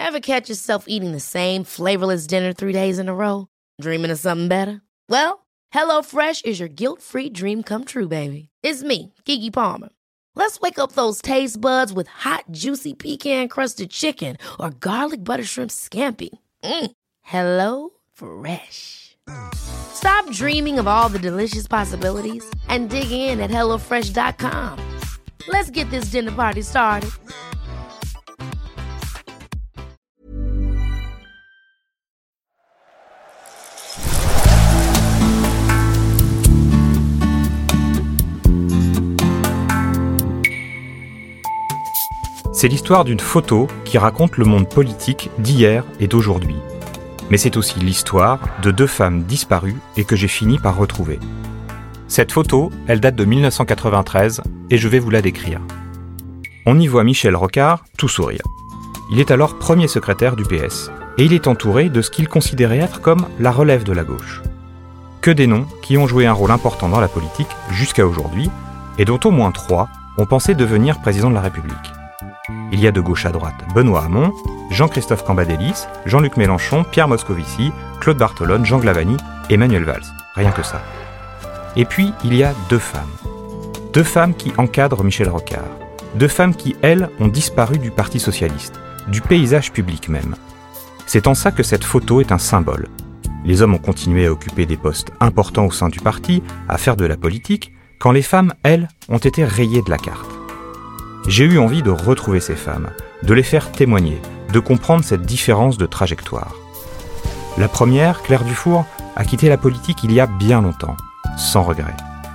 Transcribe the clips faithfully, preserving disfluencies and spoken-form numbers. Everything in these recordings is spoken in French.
Ever catch yourself eating the same flavorless dinner three days in a row? Dreaming of something better? Well, HelloFresh is your guilt-free dream come true, baby. It's me, Keke Palmer. Let's wake up those taste buds with hot, juicy pecan-crusted chicken or garlic butter shrimp scampi. Mm. Hello Fresh. Stop dreaming of all the delicious possibilities and dig in at hello fresh dot com. Let's get this dinner party started. C'est l'histoire d'une photo qui raconte le monde politique d'hier et d'aujourd'hui. Mais c'est aussi l'histoire de deux femmes disparues et que j'ai fini par retrouver. Cette photo, elle date de dix-neuf cent quatre-vingt-treize et je vais vous la décrire. On y voit Michel Rocard tout sourire. Il est alors premier secrétaire du P S et il est entouré de ce qu'il considérait être comme la relève de la gauche. Que des noms qui ont joué un rôle important dans la politique jusqu'à aujourd'hui et dont au moins trois ont pensé devenir président de la République. Il y a de gauche à droite Benoît Hamon, Jean-Christophe Cambadélis, Jean-Luc Mélenchon, Pierre Moscovici, Claude Barthelone, Jean Glavany, Emmanuel Valls. Rien que ça. Et puis, il y a deux femmes. Deux femmes qui encadrent Michel Rocard. Deux femmes qui, elles, ont disparu du Parti socialiste, du paysage public même. C'est en ça que cette photo est un symbole. Les hommes ont continué à occuper des postes importants au sein du parti, à faire de la politique, quand les femmes, elles, ont été rayées de la carte. J'ai eu envie de retrouver ces femmes, de les faire témoigner, de comprendre cette différence de trajectoire. La première, Claire Dufour, a quitté la politique il y a bien longtemps, sans regret.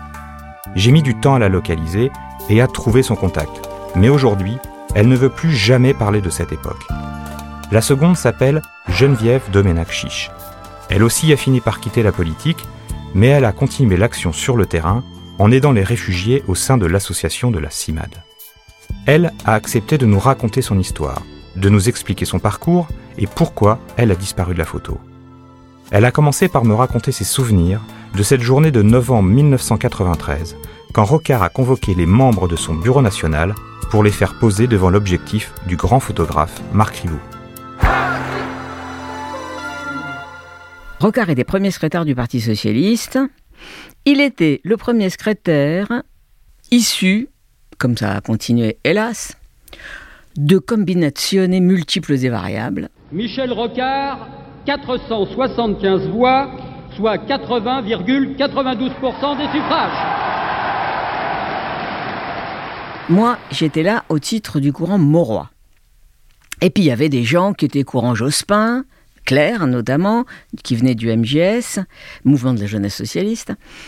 J'ai mis du temps à la localiser et à trouver son contact, mais aujourd'hui, elle ne veut plus jamais parler de cette époque. La seconde s'appelle Geneviève Doménac-Chiche. Elle aussi a fini par quitter la politique, mais elle a continué l'action sur le terrain en aidant les réfugiés au sein de l'association de la CIMAD. Elle a accepté de nous raconter son histoire, de nous expliquer son parcours et pourquoi elle a disparu de la photo. Elle a commencé par me raconter ses souvenirs de cette journée de novembre dix-neuf cent quatre-vingt-treize, quand Rocard a convoqué les membres de son bureau national pour les faire poser devant l'objectif du grand photographe Marc Ribot. Rocard était premier secrétaire du Parti socialiste. Il était le premier secrétaire issu, comme ça a continué hélas, de combinazioni multiples et variables. Michel Rocard, quatre cent soixante-quinze voix, soit quatre-vingts virgule quatre-vingt-douze pour cent des suffrages. Moi, j'étais là au titre du courant Mauroy. Et puis il y avait des gens qui étaient courant Jospin, Claire notamment, qui venait du M J S, Mouvement de la jeunesse socialiste.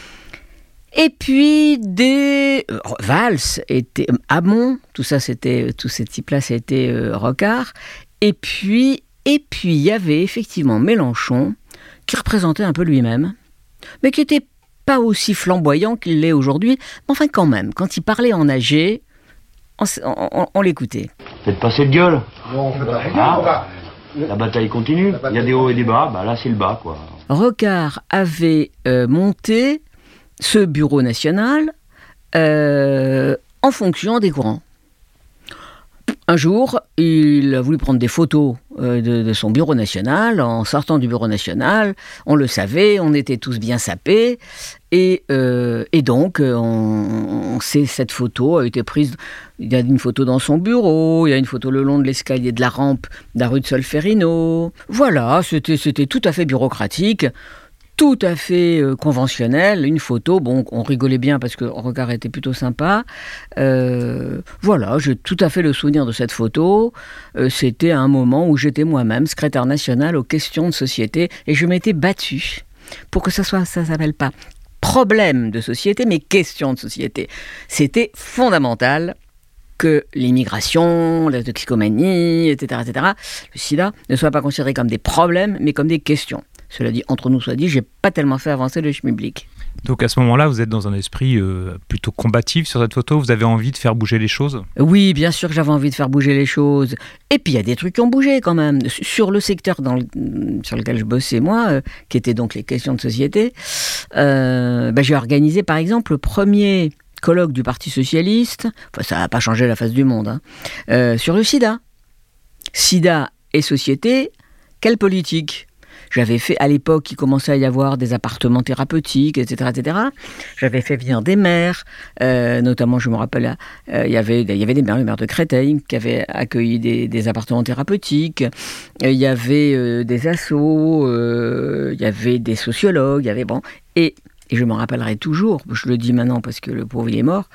Et puis des euh, Valls, était, euh, Hamon, tout ça c'était, tous ces types-là c'était euh, Rocard. Et puis, et puis il y avait effectivement Mélenchon, qui représentait un peu lui-même, mais qui n'était pas aussi flamboyant qu'il l'est aujourd'hui. Mais enfin quand même, quand il parlait en âgé, on, on, on l'écoutait. Faites passer de gueule. Non, on fait pas. Ah, la bataille continue, il y a des hauts et des bas, bah là c'est le bas quoi. Rocard avait euh, monté ce bureau national euh, en fonction des courants. Un jour, il a voulu prendre des photos euh, de, de son bureau national. En sortant du bureau national, on le savait, on était tous bien sapés. Et, euh, et donc, on, on sait, cette photo a été prise. Il y a une photo dans son bureau, il y a une photo le long de l'escalier de la rampe de la rue de Solferino. Voilà, c'était, c'était tout à fait bureaucratique. Tout à fait euh, conventionnel, une photo, bon, on rigolait bien parce que Rocard était plutôt sympa. Euh, voilà, j'ai tout à fait le souvenir de cette photo. Euh, c'était un moment où j'étais moi-même secrétaire national aux questions de société et je m'étais battue pour que ça soit, ça s'appelle pas problème de société, mais question de société. C'était fondamental que l'immigration, la toxicomanie, et cetera, et cetera, le sida, ne soient pas considérés comme des problèmes, mais comme des questions. Cela dit, entre nous soit dit, j'ai pas tellement fait avancer le schmilblick. Donc à ce moment-là, vous êtes dans un esprit euh, plutôt combatif sur cette photo, vous avez envie de faire bouger les choses ? Oui, bien sûr que j'avais envie de faire bouger les choses. Et puis il y a des trucs qui ont bougé quand même. Sur le secteur dans le, sur lequel je bossais moi, euh, qui était donc les questions de société, euh, bah, j'ai organisé par exemple le premier colloque du Parti socialiste, enfin ça n'a pas changé la face du monde, hein, euh, sur le sida. Sida et société, quelle politique ? J'avais fait, à l'époque, il commençait à y avoir des appartements thérapeutiques, et cetera, et cetera. J'avais fait venir des maires, euh, notamment, je me rappelle, euh, il y avait, il y avait des maires, le maire de Créteil, qui avait accueilli des, des appartements thérapeutiques. Euh, il y avait euh, des assos, euh, il y avait des sociologues, il y avait bon. Et, et je m'en rappellerai toujours. Je le dis maintenant parce que le pauvre il est mort.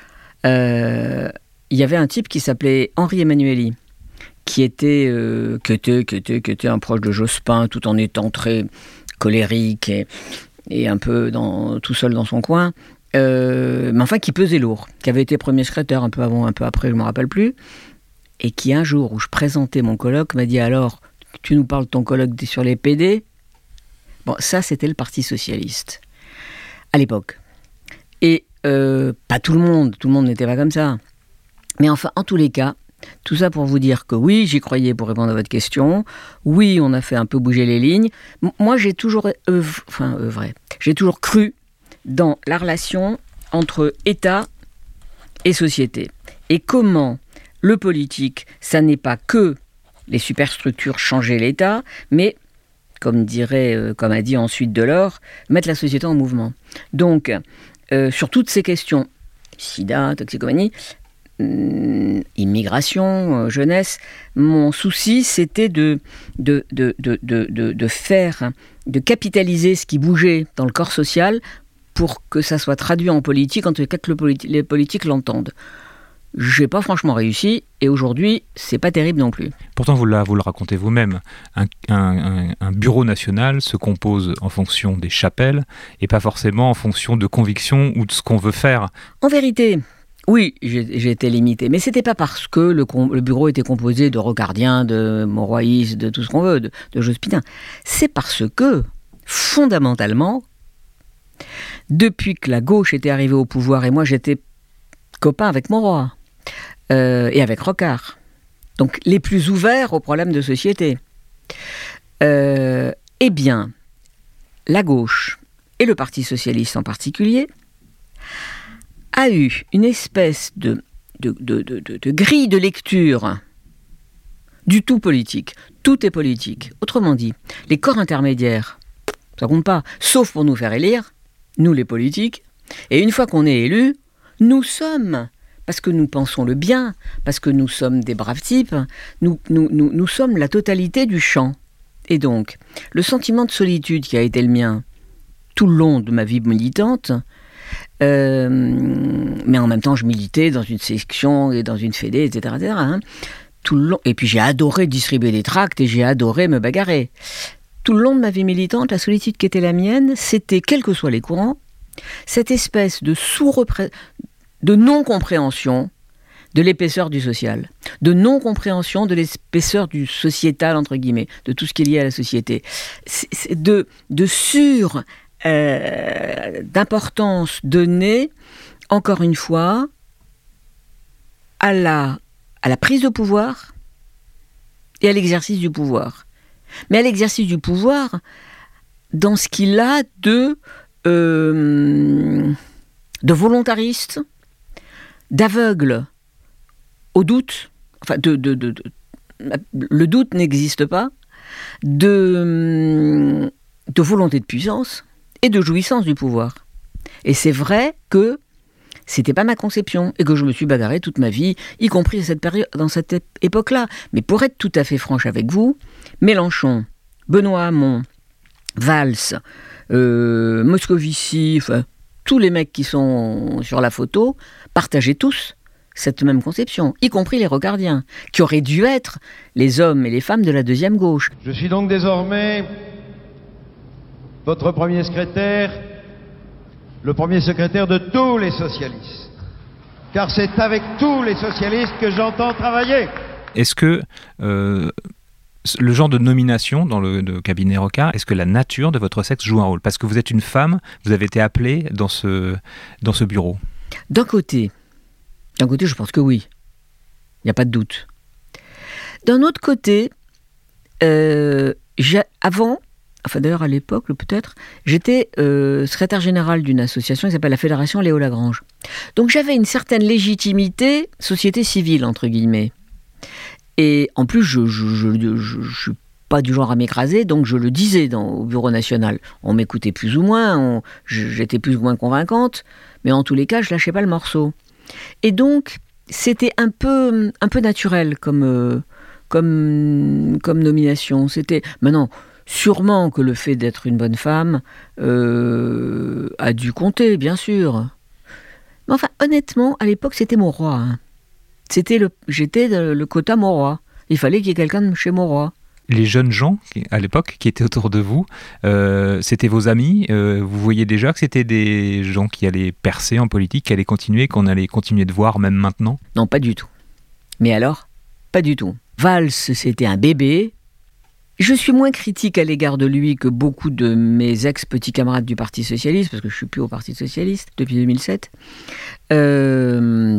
Euh, il y avait un type qui s'appelait Henri Emmanuelli, qui était, euh, qui, était, qui, était, qui était un proche de Jospin, tout en étant très colérique et, et un peu dans, tout seul dans son coin, euh, mais enfin qui pesait lourd, qui avait été premier secrétaire un peu avant, un peu après, je ne me rappelle plus, et qui un jour où je présentais mon colloque m'a dit « Alors, tu nous parles de ton colloque sur les P D ?» Bon, ça c'était le Parti Socialiste, à l'époque. Et euh, pas tout le monde, tout le monde n'était pas comme ça. Mais enfin, en tous les cas, tout ça pour vous dire que oui, j'y croyais pour répondre à votre question. Oui, on a fait un peu bouger les lignes. M- moi, j'ai toujours œuvré, enfin œuvré, j'ai toujours cru dans la relation entre État et société. Et comment le politique, ça n'est pas que les superstructures changer l'État, mais, comme dirait, euh, comme a dit ensuite Delors, mettre la société en mouvement. Donc, euh, sur toutes ces questions, sida, toxicomanie, Hum, immigration, euh, jeunesse, mon souci c'était de, de, de, de, de, de, de faire, de capitaliser ce qui bougeait dans le corps social pour que ça soit traduit en politique, en tout cas que le politi- les politiques l'entendent. J'ai pas franchement réussi, et aujourd'hui, c'est pas terrible non plus. Pourtant, vous, la, vous le racontez vous-même, un, un, un, un bureau national se compose en fonction des chapelles, et pas forcément en fonction de convictions ou de ce qu'on veut faire. En vérité, oui, j'ai, j'ai été limité, mais c'était pas parce que le, le bureau était composé de rocardiens, de monroyistes, de tout ce qu'on veut, de, de jospiniens. C'est parce que, fondamentalement, depuis que la gauche était arrivée au pouvoir, et moi j'étais copain avec Monroy, euh, et avec Rocard, donc les plus ouverts aux problèmes de société, euh, eh bien, la gauche, et le Parti socialiste en particulier, a eu une espèce de, de, de, de, de, de grille de lecture du tout politique. Tout est politique. Autrement dit, les corps intermédiaires, ça compte pas, sauf pour nous faire élire, nous les politiques, et une fois qu'on est élus, nous sommes, parce que nous pensons le bien, parce que nous sommes des braves types, nous, nous, nous, nous sommes la totalité du champ. Et donc, le sentiment de solitude qui a été le mien tout le long de ma vie militante, Euh, mais en même temps je militais dans une section et dans une fédé, et cetera, et cetera hein. Tout le long, et puis j'ai adoré distribuer des tracts et j'ai adoré me bagarrer. Tout le long de ma vie militante, la solitude qui était la mienne, c'était, quels que soient les courants, cette espèce de sous-repré... de non-compréhension de l'épaisseur du social, de non-compréhension de l'épaisseur du sociétal, entre guillemets, de tout ce qui est lié à la société, c'est, c'est de, de sur... Euh, d'importance donnée, encore une fois, à la, à la prise de pouvoir et à l'exercice du pouvoir. Mais à l'exercice du pouvoir, dans ce qu'il a de, euh, de volontariste, d'aveugle au doute, enfin, de, de, de, de, le doute n'existe pas, de, de volonté de puissance, et de jouissance du pouvoir. Et c'est vrai que c'était pas ma conception et que je me suis bagarré toute ma vie, y compris à cette période, dans cette époque-là. Mais pour être tout à fait franche avec vous, Mélenchon, Benoît Hamon, Valls, euh, Moscovici, enfin, tous les mecs qui sont sur la photo partageaient tous cette même conception, y compris les rocardiens, qui auraient dû être les hommes et les femmes de la deuxième gauche. Je suis donc désormais votre premier secrétaire, le premier secrétaire de tous les socialistes. Car c'est avec tous les socialistes que j'entends travailler. Est-ce que euh, le genre de nomination dans le, le cabinet Rocard, est-ce que la nature de votre sexe joue un rôle ? Parce que vous êtes une femme, vous avez été appelée dans ce, dans ce bureau. D'un côté, d'un côté, je pense que oui. Il n'y a pas de doute. D'un autre côté, euh, j'ai, avant... Enfin, d'ailleurs, à l'époque, peut-être, j'étais euh, secrétaire général d'une association qui s'appelle la Fédération Léo Lagrange. Donc, j'avais une certaine légitimité, société civile, entre guillemets. Et en plus, je ne suis pas du genre à m'écraser, donc je le disais dans, au Bureau national. On m'écoutait plus ou moins, on, j'étais plus ou moins convaincante, mais en tous les cas, je lâchais pas le morceau. Et donc, c'était un peu, un peu naturel comme, euh, comme, comme nomination. C'était, maintenant, sûrement que le fait d'être une bonne femme euh, a dû compter, bien sûr. Mais enfin, honnêtement, à l'époque, c'était Mauroy. Hein. C'était le, j'étais le, le quota Mauroy. Il fallait qu'il y ait quelqu'un de chez Mauroy. Les jeunes gens, à l'époque, qui étaient autour de vous, euh, c'était vos amis. Euh, vous voyez déjà que c'était des gens qui allaient percer en politique, qui allaient continuer, qu'on allait continuer de voir même maintenant ? Non, pas du tout. Mais alors, pas du tout. Valls, c'était un bébé. Je suis moins critique à l'égard de lui que beaucoup de mes ex-petits camarades du Parti Socialiste, parce que je ne suis plus au Parti Socialiste depuis deux mille sept. Euh,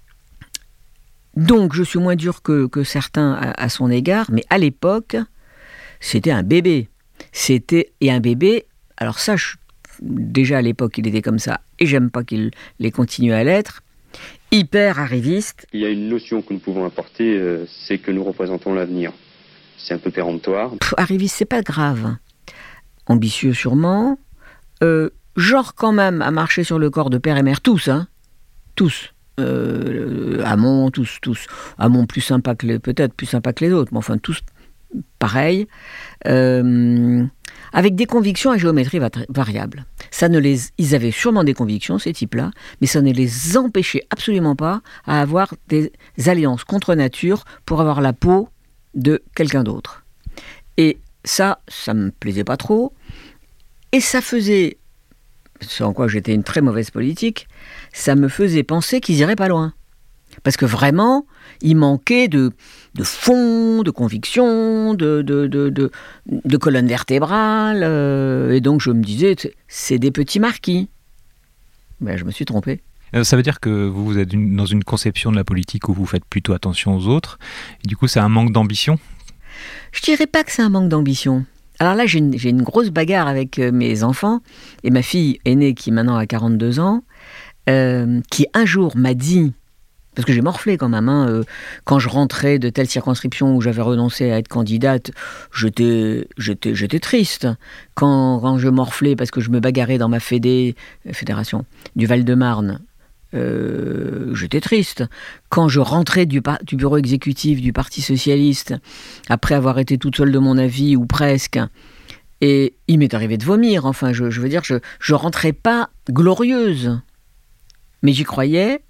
donc, je suis moins dur que, que certains à, à son égard, mais à l'époque, c'était un bébé. C'était, et un bébé, alors ça, je, déjà à l'époque, il était comme ça, et j'aime pas qu'il les continue à l'être, hyper arriviste. Il y a une notion que nous pouvons apporter, euh, c'est que nous représentons l'avenir. C'est un peu péremptoire. Pff, arriviste, c'est pas grave. Ambitieux sûrement. Euh, genre quand même à marcher sur le corps de père et mère, tous, hein. Tous. Euh, Hamon, tous, tous. Hamon plus sympa que les, peut-être plus sympa que les autres, mais enfin tous pareil. Euh, avec des convictions à géométrie variable. Ça ne les, ils avaient sûrement des convictions, ces types-là, mais ça ne les empêchait absolument pas à avoir des alliances contre nature pour avoir la peau de quelqu'un d'autre. Et ça, ça me plaisait pas trop. Et ça faisait, c'est en quoi j'étais une très mauvaise politique, ça me faisait penser qu'ils iraient pas loin. Parce que vraiment, il manquait de, de fond, de conviction, de, de, de, de, de colonne vertébrale. Euh, et donc je me disais, c'est des petits marquis. Ben, je me suis trompé. Ça veut dire que vous êtes une, dans une conception de la politique où vous faites plutôt attention aux autres. Et du coup, c'est un manque d'ambition ? Je dirais pas que c'est un manque d'ambition. Alors là, j'ai une, j'ai une grosse bagarre avec euh, mes enfants. Et ma fille aînée, qui maintenant a quarante-deux ans, euh, qui un jour m'a dit, parce que j'ai morflé quand même, hein, euh, quand je rentrais de telle circonscription où j'avais renoncé à être candidate, j'étais, j'étais, j'étais triste. Quand, quand je morflais parce que je me bagarrais dans ma fédé, fédération du Val-de-Marne, Euh, j'étais triste. Quand je rentrais du, par- du bureau exécutif du Parti Socialiste, après avoir été toute seule de mon avis, ou presque, et il m'est arrivé de vomir, enfin, je, je veux dire, je, je rentrais pas glorieuse. Mais j'y croyais.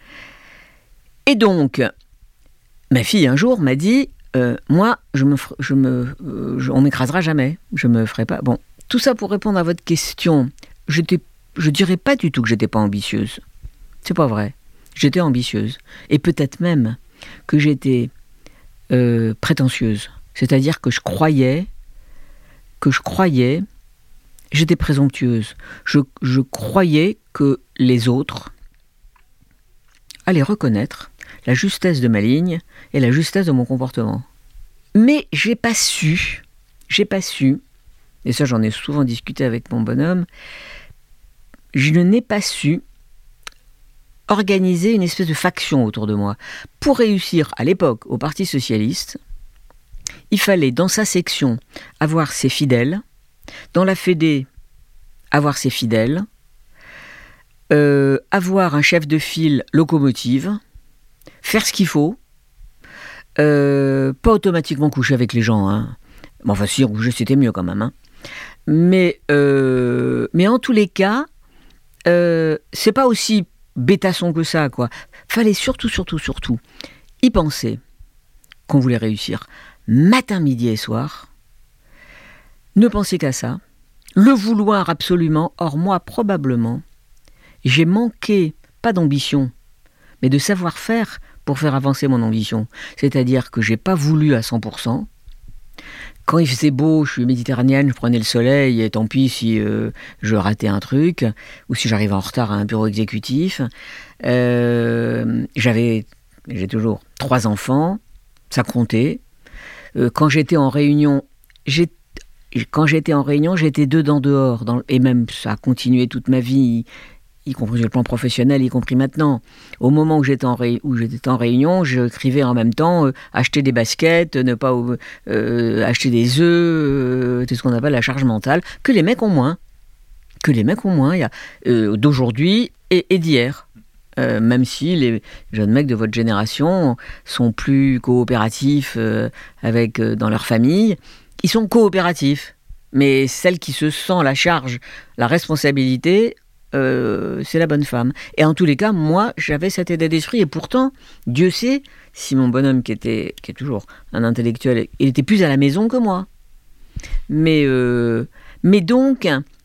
Et donc, ma fille, un jour, m'a dit, euh, moi, je me, je me, euh, je, on m'écrasera jamais, je me ferai pas... Bon, tout ça pour répondre à votre question, j'étais, je dirais pas du tout que j'étais pas ambitieuse. C'est pas vrai. J'étais ambitieuse. Et peut-être même que j'étais euh, prétentieuse. C'est-à-dire que je croyais, que je croyais, j'étais présomptueuse. Je, je croyais que les autres allaient reconnaître la justesse de ma ligne et la justesse de mon comportement. Mais j'ai pas su, j'ai pas su, et ça j'en ai souvent discuté avec mon bonhomme, je n'ai pas su organiser une espèce de faction autour de moi. Pour réussir, à l'époque, au Parti Socialiste, il fallait, dans sa section, avoir ses fidèles, dans la Fédé, avoir ses fidèles, euh, avoir un chef de file locomotive, faire ce qu'il faut, euh, pas automatiquement coucher avec les gens, hein. Bon, enfin, si, coucher, c'était mieux quand même, hein. Mais, euh, mais en tous les cas, euh, c'est pas aussi bêtasson que ça, quoi. Fallait surtout, surtout, surtout y penser qu'on voulait réussir matin, midi et soir. Ne penser qu'à ça. Le vouloir absolument. Or, moi, probablement, j'ai manqué, pas d'ambition, mais de savoir-faire pour faire avancer mon ambition. C'est-à-dire que j'ai pas voulu à cent pour cent. Quand il faisait beau, je suis méditerranéenne, je prenais le soleil, et tant pis si euh, je ratais un truc, ou si j'arrivais en retard à un bureau exécutif. Euh, j'avais, j'ai toujours trois enfants, ça comptait. Euh, quand j'étais en réunion, j'ai, quand j'étais en réunion, j'étais dedans dehors, dans, et même ça a continué toute ma vie. y compris sur le plan professionnel, y compris maintenant. Au moment où j'étais en, ré... où j'étais en réunion, j'écrivais en même temps euh, acheter des baskets, ne pas euh, acheter des œufs, euh, c'est ce qu'on appelle la charge mentale, que les mecs ont moins. Que les mecs ont moins, il y a, euh, d'aujourd'hui et, et d'hier. Euh, même si les jeunes mecs de votre génération sont plus coopératifs euh, avec, euh, dans leur famille, ils sont coopératifs. Mais celle qui se sent la charge, la responsabilité, euh, c'est la bonne femme. Et en tous les cas, moi, j'avais cet état d'esprit. Et pourtant, Dieu sait si mon bonhomme, qui, était, qui est toujours un intellectuel, il était plus à la maison que moi. Mais, euh, mais donc...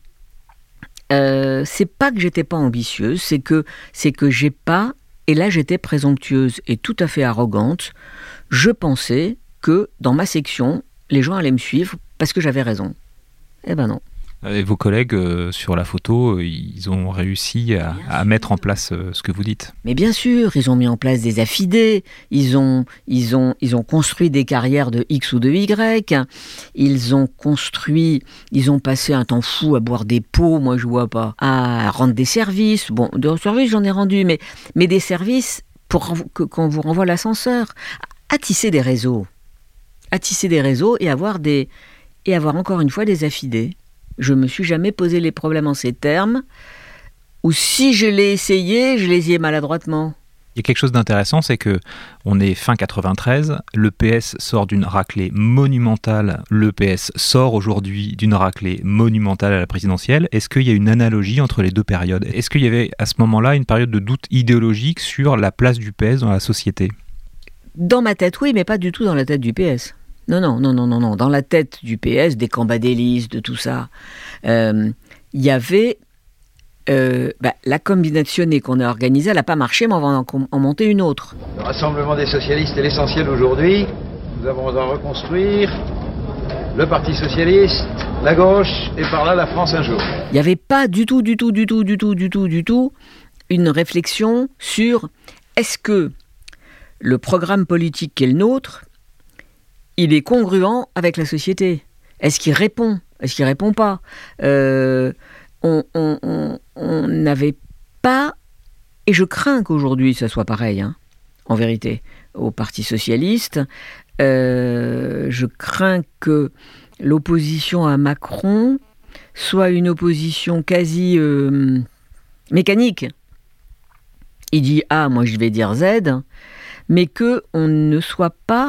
Euh, c'est pas que j'étais pas ambitieuse, c'est que, c'est que j'ai pas, et là j'étais présomptueuse et tout à fait arrogante, je pensais que dans ma section, les gens allaient me suivre parce que j'avais raison. Eh ben non. Et vos collègues euh, sur la photo, ils ont réussi à, à mettre en place euh, ce que vous dites. Mais bien sûr, ils ont mis en place des affidés, ils ont, ils ont, ils ont construit des carrières de X ou de Y, ils ont construit, ils ont passé un temps fou à boire des pots, moi je vois pas, à rendre des services. Bon, des services j'en ai rendu, mais, mais des services pour que, qu'on vous renvoie l'ascenseur, à tisser des réseaux, à tisser des réseaux et avoir des, et avoir encore une fois des affidés. Je ne me suis jamais posé les problèmes en ces termes, ou si je l'ai essayé, je les ai maladroitement. Il y a quelque chose d'intéressant, c'est que on est fin quatre-vingt-treize, le P S sort d'une raclée monumentale, le P S sort aujourd'hui d'une raclée monumentale à la présidentielle. Est-ce qu'il y a une analogie entre les deux périodes ? Est-ce qu'il y avait à ce moment-là une période de doute idéologique sur la place du P S dans la société ? Dans ma tête, oui, mais pas du tout dans la tête du P S. Non, non, non, non, non, non. Dans la tête du P S, des Cambadélis, de tout ça, il euh, y avait euh, bah, la combinationnée qu'on a organisée, elle n'a pas marché, mais on va en, en monter une autre. Le Rassemblement des socialistes est l'essentiel aujourd'hui. Nous avons à reconstruire le Parti socialiste, la gauche, et par là la France un jour. Il n'y avait pas du tout, du tout, du tout, du tout, du tout, du tout, une réflexion sur est-ce que le programme politique qui est le nôtre, il est congruent avec la société. Est-ce qu'il répond ? Est-ce qu'il ne répond pas ? euh, On n'avait pas, et je crains qu'aujourd'hui ça soit pareil, hein, en vérité, au Parti socialiste. Euh, je crains que l'opposition à Macron soit une opposition quasi euh, mécanique. Il dit A, moi je vais dire Z, mais qu'on ne soit pas...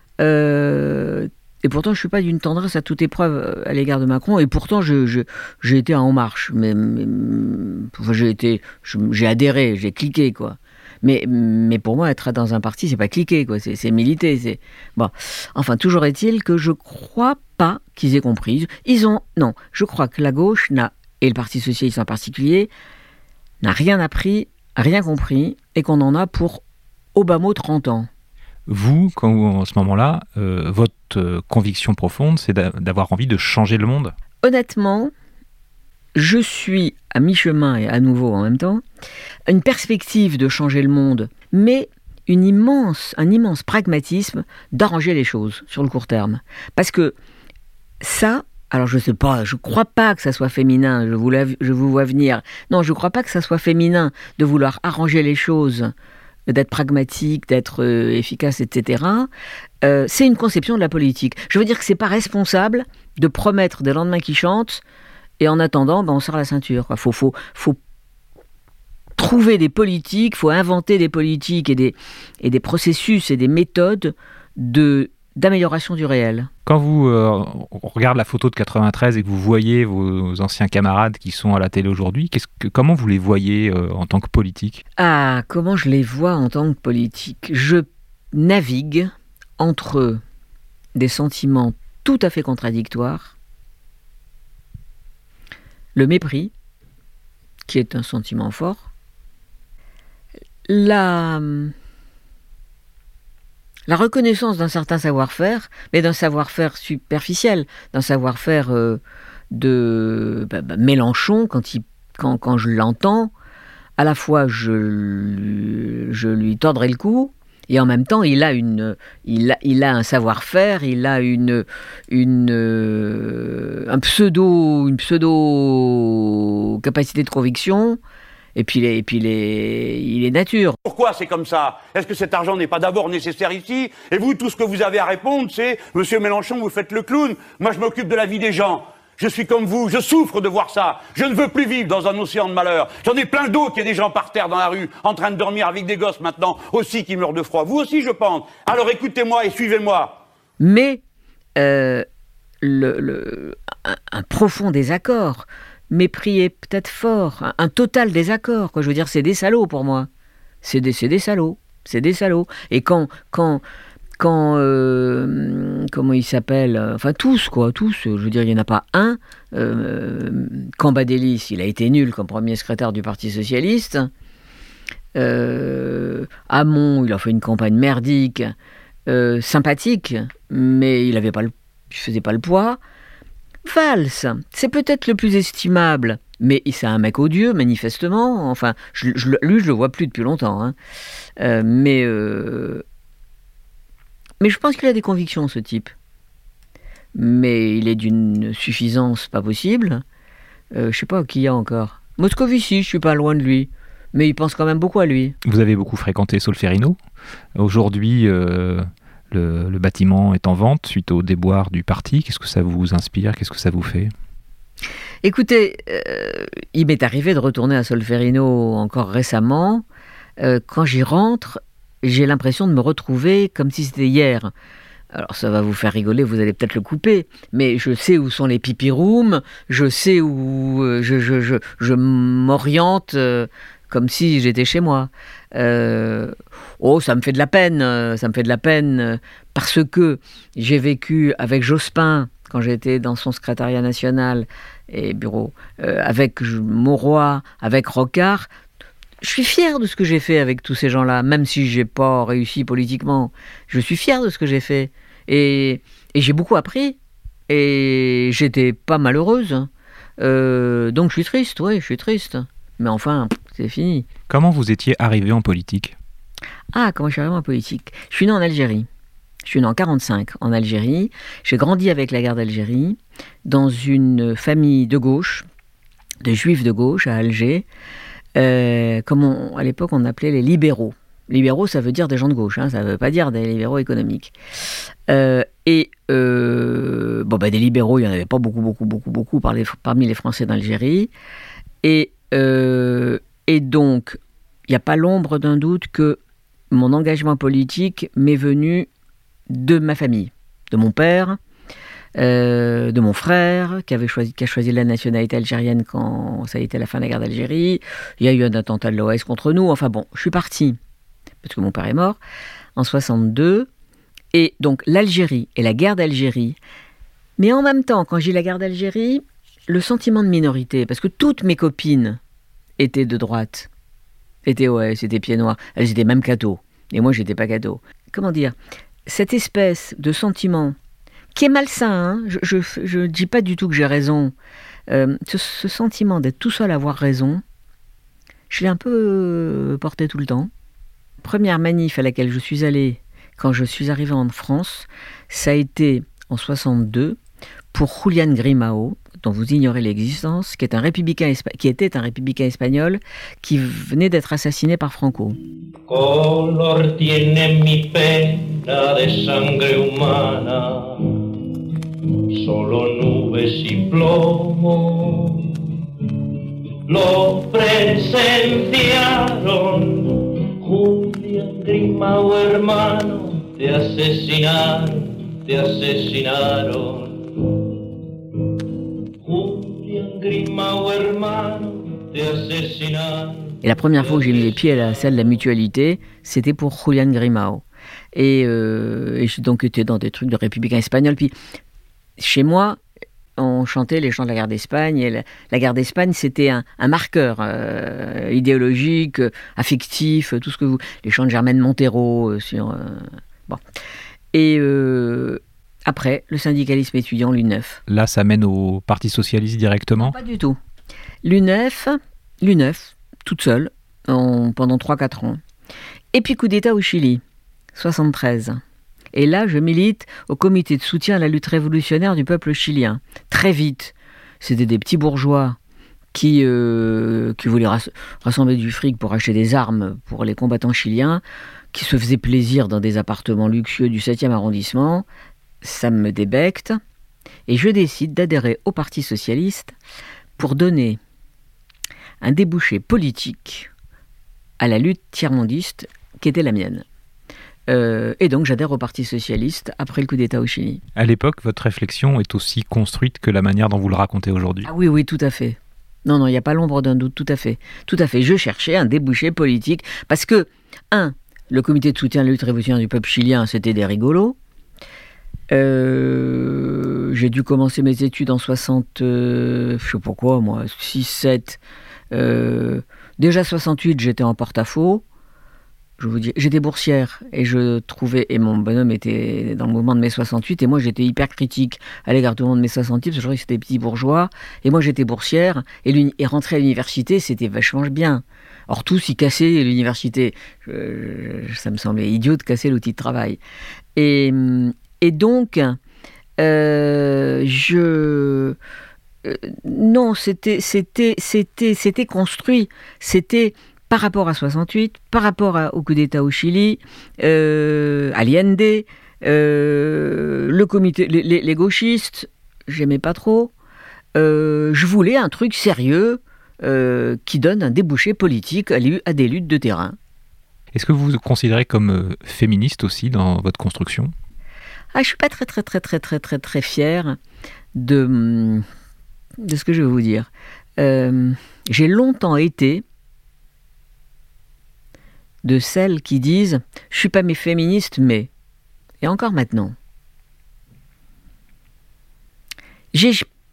Euh, et pourtant je ne suis pas d'une tendresse à toute épreuve à l'égard de Macron, et pourtant je, je, j'ai été en marche, mais, mais enfin, j'ai, été, je, j'ai adhéré, j'ai cliqué quoi. Mais, mais pour moi être dans un parti c'est pas cliquer quoi, c'est, c'est militer. C'est... Bon. Enfin toujours est-il que je ne crois pas qu'ils aient compris. Ils ont... Non, je crois que la gauche n'a, et le Parti socialiste en particulier, n'a rien appris, rien compris, et qu'on en a pour au bas mot trente ans. Vous, quand vous, en ce moment-là, euh, votre euh, conviction profonde, c'est d'a- d'avoir envie de changer le monde ? Honnêtement, je suis à mi-chemin et à nouveau en même temps, une perspective de changer le monde, mais une immense, un immense pragmatisme d'arranger les choses sur le court terme. Parce que ça, alors je ne sais pas, je ne crois pas que ça soit féminin, je vous, la, je vous vois venir. Non, je ne crois pas que ça soit féminin de vouloir arranger les choses, d'être pragmatique, d'être euh, efficace, et cetera. Euh, c'est une conception de la politique. Je veux dire que c'est pas responsable de promettre des lendemains qui chantent et en attendant, ben, on serre la ceinture. Il faut, faut, faut trouver des politiques, il faut inventer des politiques et des, et des processus et des méthodes de, d'amélioration du réel. Quand vous euh, regardez la photo de quatre-vingt-treize et que vous voyez vos anciens camarades qui sont à la télé aujourd'hui, qu'est-ce que, comment vous les voyez euh, en tant que politique ? Ah, comment je les vois en tant que politique ? Je navigue entre des sentiments tout à fait contradictoires, le mépris, qui est un sentiment fort, la... La reconnaissance d'un certain savoir-faire, mais d'un savoir-faire superficiel, d'un savoir-faire euh, de bah, bah, Mélenchon, quand, il, quand, quand je l'entends, à la fois je, je lui tordrai le cou, et en même temps il a, une, il a, il a un savoir-faire, il a une, une, euh, un pseudo, une pseudo capacité de conviction Et puis, les, et puis les, il est nature. Pourquoi c'est comme ça? Est-ce que cet argent n'est pas d'abord nécessaire ici? Et vous, tout ce que vous avez à répondre, c'est « Monsieur Mélenchon, vous faites le clown. Moi, je m'occupe de la vie des gens. Je suis comme vous, je souffre de voir ça. Je ne veux plus vivre dans un océan de malheur. J'en ai plein d'autres, il y a des gens par terre dans la rue, en train de dormir avec des gosses maintenant, aussi qui meurent de froid. Vous aussi, je pense. Alors écoutez-moi et suivez-moi. » Mais euh, le, le, un, un profond désaccord, mépris est peut-être fort, un, un total désaccord, quoi. Je veux dire, c'est des salauds pour moi. C'est des, c'est des salauds. C'est des salauds. Et quand... quand Quand, euh, comment il s'appelle, enfin tous quoi, tous, je veux dire, il n'y en a pas un, euh, Cambadélis, il a été nul comme premier secrétaire du Parti Socialiste, euh, Hamon, il a fait une campagne merdique, euh, sympathique, mais il avait pas le, il faisait pas le poids, Valls, c'est peut-être le plus estimable, mais c'est un mec odieux, manifestement, enfin, je, je, lui je le vois plus depuis longtemps, hein. euh, mais... Euh, Mais je pense qu'il a des convictions, ce type. Mais il est d'une suffisance pas possible. Euh, je sais pas qui y a encore. Moscovici, je suis pas loin de lui. Mais il pense quand même beaucoup à lui. Vous avez beaucoup fréquenté Solferino. Aujourd'hui, euh, le, le bâtiment est en vente suite au déboire du parti. Qu'est-ce que ça vous inspire? Qu'est-ce que ça vous fait? Écoutez, euh, il m'est arrivé de retourner à Solferino encore récemment. Euh, quand j'y rentre, j'ai l'impression de me retrouver comme si c'était hier. Alors ça va vous faire rigoler, vous allez peut-être le couper, mais je sais où sont les pipi rooms, je sais où euh, je, je, je, je m'oriente euh, comme si j'étais chez moi. Euh, oh, ça me fait de la peine, euh, ça me fait de la peine euh, parce que j'ai vécu avec Jospin quand j'étais dans son secrétariat national et bureau, euh, avec Mauroy, avec Rocard. Je suis fier de ce que j'ai fait avec tous ces gens-là, même si j'ai pas réussi politiquement. Je suis fier de ce que j'ai fait. Et, et j'ai beaucoup appris. Et j'étais pas malheureuse. Euh, donc je suis triste, oui, je suis triste. Mais enfin, c'est fini. Comment vous étiez arrivé en politique? Ah, comment je suis arrivé en politique? Je suis né en Algérie. Je suis né en quarante-cinq en Algérie. J'ai grandi avec la guerre d'Algérie, dans une famille de gauche, de juifs de gauche à Alger. Euh, comme on, à l'époque on appelait les libéraux. Libéraux, ça veut dire des gens de gauche, hein, ça ne veut pas dire des libéraux économiques. Euh, et euh, bon, bah, des libéraux, il n'y en avait pas beaucoup, beaucoup, beaucoup, beaucoup par les, parmi les Français d'Algérie. Et, euh, et donc, il n'y a pas l'ombre d'un doute que mon engagement politique m'est venu de ma famille, de mon père, Euh, de mon frère qui, avait choisi, qui a choisi la nationalité algérienne quand ça a été la fin de la guerre d'Algérie. Il y a eu un attentat de l'O A S contre nous. Enfin bon, je suis partie, parce que mon père est mort, en soixante-deux. Et donc l'Algérie et la guerre d'Algérie. Mais en même temps, quand j'ai la guerre d'Algérie, le sentiment de minorité, parce que toutes mes copines étaient de droite, étaient O S, étaient pieds noirs, elles étaient même catho. Et moi, j'étais pas catho. Comment dire? Cette espèce de sentiment qui est malsain, hein. Je ne dis pas du tout que j'ai raison. Euh, ce, ce sentiment d'être tout seul à avoir raison, je l'ai un peu euh, porté tout le temps. Première manif à laquelle je suis allée quand je suis arrivée en France, ça a été en soixante-deux pour Julián Grimao, dont vous ignorez l'existence, qui, est un républicain espa- qui était un républicain espagnol qui venait d'être assassiné par Franco. Color tiene mi pena de sangre humana, solo nubes y plomo lo presenciaron. Julián Grimao, hermano, te asesinaron, te asesinaron. Julián Grimao, hermano, te asesinaron. Et la première fois que j'ai mis les pieds à la salle de la Mutualité, c'était pour Julián Grimao. Et, euh, et j'ai donc été dans des trucs de républicains espagnols. Puis chez moi, on chantait les chants de la guerre d'Espagne. Et la, la guerre d'Espagne, c'était un, un marqueur euh, idéologique, affectif, tout ce que vous... Les chants de Germaine Montero euh, sur... Euh, bon. Et euh, après, le syndicalisme étudiant, l'U N E F. Là, ça mène au Parti Socialiste directement? Non, pas du tout. L'U N E F, l'U N E F, toute seule, en, pendant trois à quatre ans. Et puis coup d'État au Chili, soixante-treize. Et là, je milite au comité de soutien à la lutte révolutionnaire du peuple chilien. Très vite, c'était des petits bourgeois qui, euh, qui voulait rass- rassembler du fric pour acheter des armes pour les combattants chiliens, qui se faisait plaisir dans des appartements luxueux du septième arrondissement. Ça me débecte. Et je décide d'adhérer au Parti socialiste pour donner un débouché politique à la lutte tiers-mondiste qui était la mienne. Euh, et donc j'adhère au Parti socialiste après le coup d'État au Chili. À l'époque, votre réflexion est aussi construite que la manière dont vous le racontez aujourd'hui. Ah oui, oui, tout à fait. Non, non, il n'y a pas l'ombre d'un doute, tout à fait. Tout à fait. Je cherchais un débouché politique parce que, un, le comité de soutien à la lutte révolutionnaire du peuple chilien, c'était des rigolos. Euh, j'ai dû commencer mes études en soixante, euh, je sais pas quoi, moi, six, sept. Euh, déjà soixante-huit, j'étais en porte-à-faux. Je vous dis, j'étais boursière et je trouvais, et mon bonhomme était dans le mouvement de mai soixante-huit, et moi j'étais hyper critique à l'égard du mouvement de mai soixante-huit, parce que je trouvais que c'était petits bourgeois, et moi j'étais boursière, et, et rentrer à l'université, c'était vachement bien. Or, tous y cassaient l'université. Je, je, ça me semblait idiot de casser l'outil de travail. Et, et donc, euh, je... Euh, non, c'était, c'était, c'était, c'était construit. C'était... par rapport à soixante-huit, par rapport à, au coup d'État au Chili, euh, Allende, euh, le comité, les, les, les gauchistes, j'aimais pas trop. Euh, je voulais un truc sérieux euh, qui donne un débouché politique à, à des luttes de terrain. Est-ce que vous vous considérez comme euh, féministe aussi dans votre construction ? Ah, je suis pas très très très très très très très fière de de ce que je vais vous dire. Euh, j'ai longtemps été de celles qui disent « je suis pas mes féministes, mais…» Et encore maintenant. J'ai,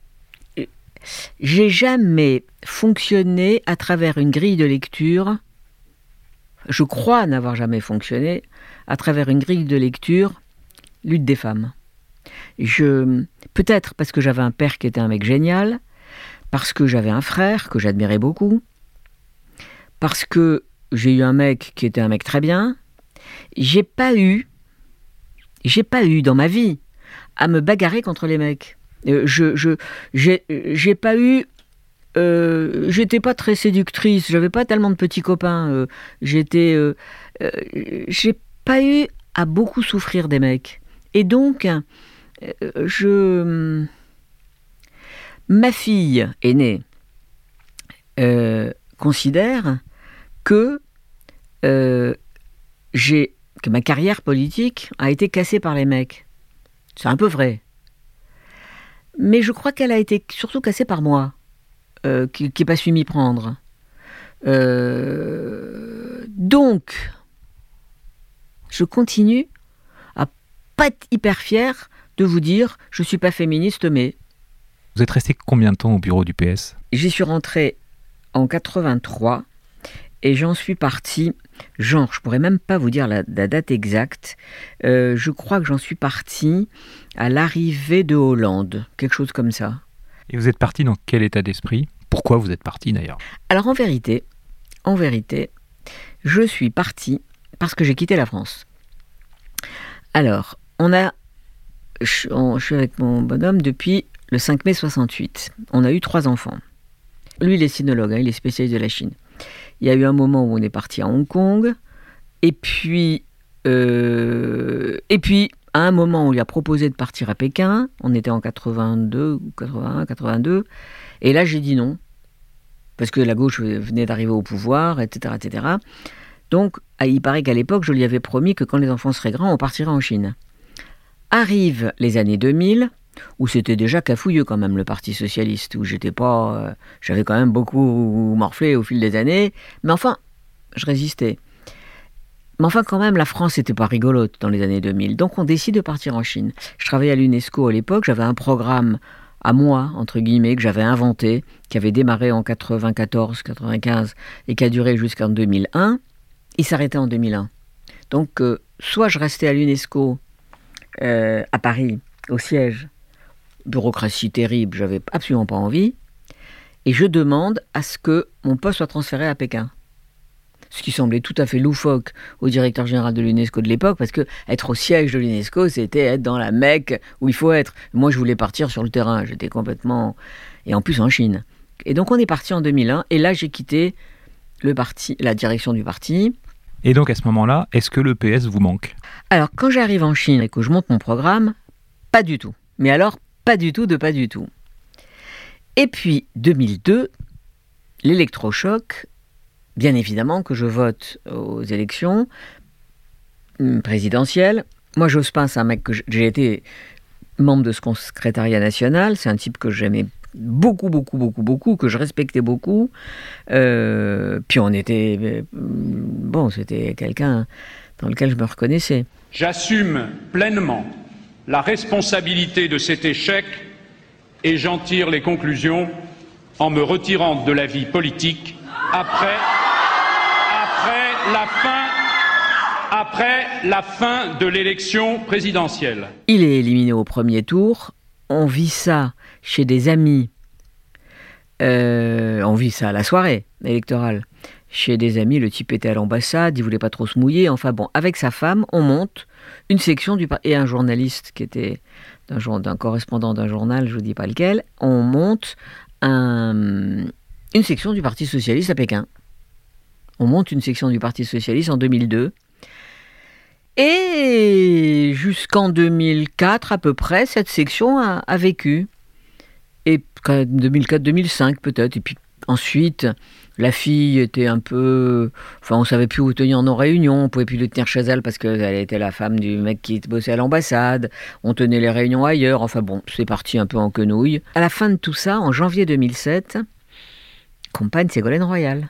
j'ai jamais fonctionné à travers une grille de lecture, je crois n'avoir jamais fonctionné à travers une grille de lecture lutte des femmes. Je, peut-être parce que j'avais un père qui était un mec génial, parce que j'avais un frère que j'admirais beaucoup, parce que j'ai eu un mec qui était un mec très bien. J'ai pas eu, j'ai pas eu dans ma vie à me bagarrer contre les mecs. Euh, je, je, j'ai, j'ai pas eu, euh, j'étais pas très séductrice. J'avais pas tellement de petits copains. Euh, j'étais, euh, euh, j'ai pas eu à beaucoup souffrir des mecs. Et donc, euh, je, ma fille aînée euh, considère que, euh, j'ai, que ma carrière politique a été cassée par les mecs. C'est un peu vrai. Mais je crois qu'elle a été surtout cassée par moi, euh, qui n'ai pas su m'y prendre. Euh, donc, je continue à pas être hyper fière de vous dire « je ne suis pas féministe, mais… » Vous êtes resté combien de temps au bureau du P S ? J'y suis rentrée en quatre-vingt-trois. Et j'en suis partie, genre, je pourrais même pas vous dire la, la date exacte, euh, je crois que j'en suis partie à l'arrivée de Hollande, quelque chose comme ça. Et vous êtes parti dans quel état d'esprit ? Pourquoi vous êtes parti d'ailleurs ? Alors en vérité, en vérité, je suis partie parce que j'ai quitté la France. Alors, on a, je, on, je suis avec mon bonhomme depuis le cinq mai soixante-huit. On a eu trois enfants. Lui, il est sinologue, hein, il est spécialiste de la Chine. Il y a eu un moment où on est parti à Hong Kong, et puis, euh, et puis à un moment où on lui a proposé de partir à Pékin, on était en quatre-vingt-deux, quatre-vingt-un, quatre-vingt-deux, et là j'ai dit non, parce que la gauche venait d'arriver au pouvoir, et cetera, et cetera. Donc, il paraît qu'à l'époque, je lui avais promis que quand les enfants seraient grands, on partirait en Chine. Arrivent les années deux mille, où c'était déjà cafouilleux quand même le Parti socialiste, où j'étais pas, euh, j'avais quand même beaucoup morflé au fil des années, mais enfin, je résistais. Mais enfin, quand même, la France n'était pas rigolote dans les années deux mille, donc on décide de partir en Chine. Je travaillais à l'UNESCO à l'époque, j'avais un programme à moi, entre guillemets, que j'avais inventé, qui avait démarré en quatre-vingt-quatorze quatre-vingt-quinze et qui a duré jusqu'en deux mille un. Il s'arrêtait en deux mille un. Donc, euh, soit je restais à l'UNESCO, euh, à Paris, au siège, bureaucratie terrible, j'avais absolument pas envie, et je demande à ce que mon poste soit transféré à Pékin. Ce qui semblait tout à fait loufoque au directeur général de l'UNESCO de l'époque, parce que être au siège de l'UNESCO, c'était être dans la Mecque où il faut être. Moi, je voulais partir sur le terrain, j'étais complètement... Et en plus en Chine. Et donc on est parti en deux mille un, et là j'ai quitté le parti, la direction du parti. Et donc à ce moment-là, est-ce que le P S vous manque ? Alors quand j'arrive en Chine et que je monte mon programme, pas du tout. Mais alors, pas du tout de pas du tout. Et puis deux mille deux, l'électrochoc, bien évidemment que je vote aux élections présidentielles. Moi, Jospin, c'est un mec que j'ai été membre de ce secrétariat national. C'est un type que j'aimais beaucoup, beaucoup, beaucoup, beaucoup, que je respectais beaucoup. Euh, puis on était... Euh, bon, c'était quelqu'un dans lequel je me reconnaissais. J'assume pleinement la responsabilité de cet échec et j'en tire les conclusions en me retirant de la vie politique après, après la fin... Après la fin de l'élection présidentielle. Il est éliminé au premier tour. On vit ça chez des amis. Euh, on vit ça à la soirée électorale. Chez des amis, le type était à l'ambassade, il voulait pas trop se mouiller. Enfin bon, avec sa femme, on monte une section du et un journaliste qui était d'un, d'un correspondant d'un journal, je vous dis pas lequel. On monte un, une section du Parti socialiste à Pékin. On monte une section du Parti socialiste en deux mille deux. Et jusqu'en deux mille quatre, à peu près, cette section a, a vécu. Et deux mille quatre deux mille cinq peut-être. Et puis ensuite, la fille était un peu... Enfin, on ne savait plus où tenir en réunion. On ne pouvait plus le tenir chez elle parce qu'elle était la femme du mec qui bossait à l'ambassade. On tenait les réunions ailleurs. Enfin bon, c'est parti un peu en quenouille. À la fin de tout ça, en janvier deux mille sept, campagne Ségolène Royal.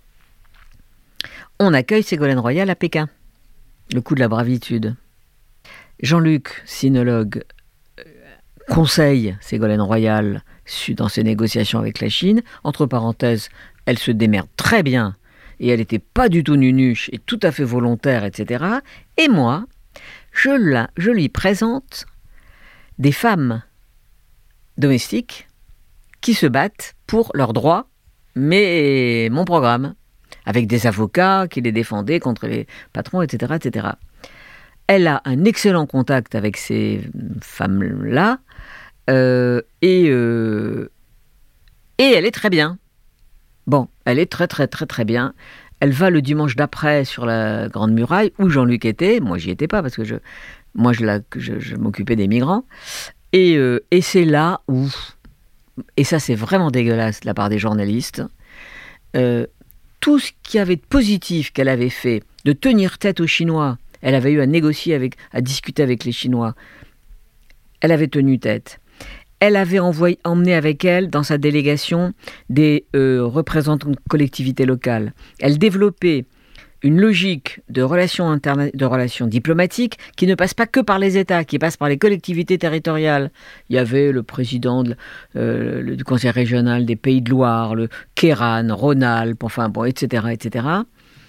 On accueille Ségolène Royal à Pékin. Le coup de la bravitude. Jean-Luc, sinologue, conseille Ségolène Royal dans ses négociations avec la Chine. Entre parenthèses, elle se démerde très bien et elle n'était pas du tout nunuche et tout à fait volontaire, et cetera. Et moi, je, la, je lui présente des femmes domestiques qui se battent pour leurs droits, mais mon programme, avec des avocats qui les défendaient contre les patrons, et cetera, et cetera. Elle a un excellent contact avec ces femmes-là, euh, et, euh, et elle est très bien. Bon, elle est très, très, très, très bien. Elle va le dimanche d'après sur la Grande Muraille, où Jean-Luc était. Moi, j'y étais pas, parce que je, moi, je, la, je, je m'occupais des migrants. Et, euh, et c'est là où... Et ça, c'est vraiment dégueulasse de la part des journalistes. Euh, tout ce qu'il y avait de positif qu'elle avait fait, de tenir tête aux Chinois, elle avait eu à négocier, avec, à discuter avec les Chinois, elle avait tenu tête. Elle avait envoyé, emmené avec elle, dans sa délégation, des euh, représentants de collectivités locales. Elle développait une logique de relations, interna- de relations diplomatiques qui ne passe pas que par les États, qui passe par les collectivités territoriales. Il y avait le président de, euh, le, du conseil régional des Pays de Loire, le Kéran, Rhône-Alpes, enfin bon, et cetera, et cetera.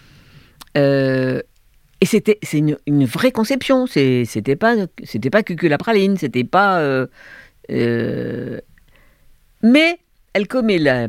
Euh, et c'était, c'est une, une vraie conception. C'est, c'était pas, c'était pas cuculapraline, c'était pas. Euh, euh, mais elle commet la,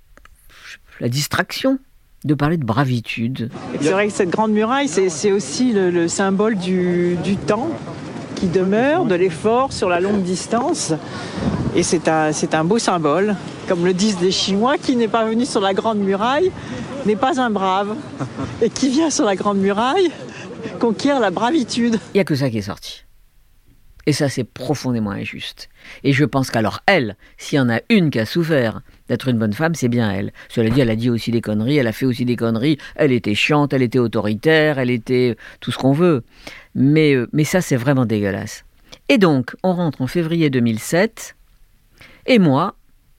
la distraction de parler de bravitude. C'est vrai que cette grande muraille, c'est, c'est aussi le, le symbole du, du temps qui demeure, de l'effort sur la longue distance. Et c'est un, c'est un beau symbole. Comme le disent les Chinois, qui n'est pas venu sur la grande muraille n'est pas un brave. Et qui vient sur la grande muraille conquiert la bravitude. Il n'y a que ça qui est sorti. Et ça, c'est profondément injuste. Et je pense qu'alors, elle, s'il y en a une qui a souffert d'être une bonne femme, c'est bien elle. Cela dit, elle a dit aussi des conneries, elle a fait aussi des conneries, elle était chiante, elle était autoritaire, elle était tout ce qu'on veut. Mais, mais ça, c'est vraiment dégueulasse. Et donc, on rentre en février deux mille sept, et moi,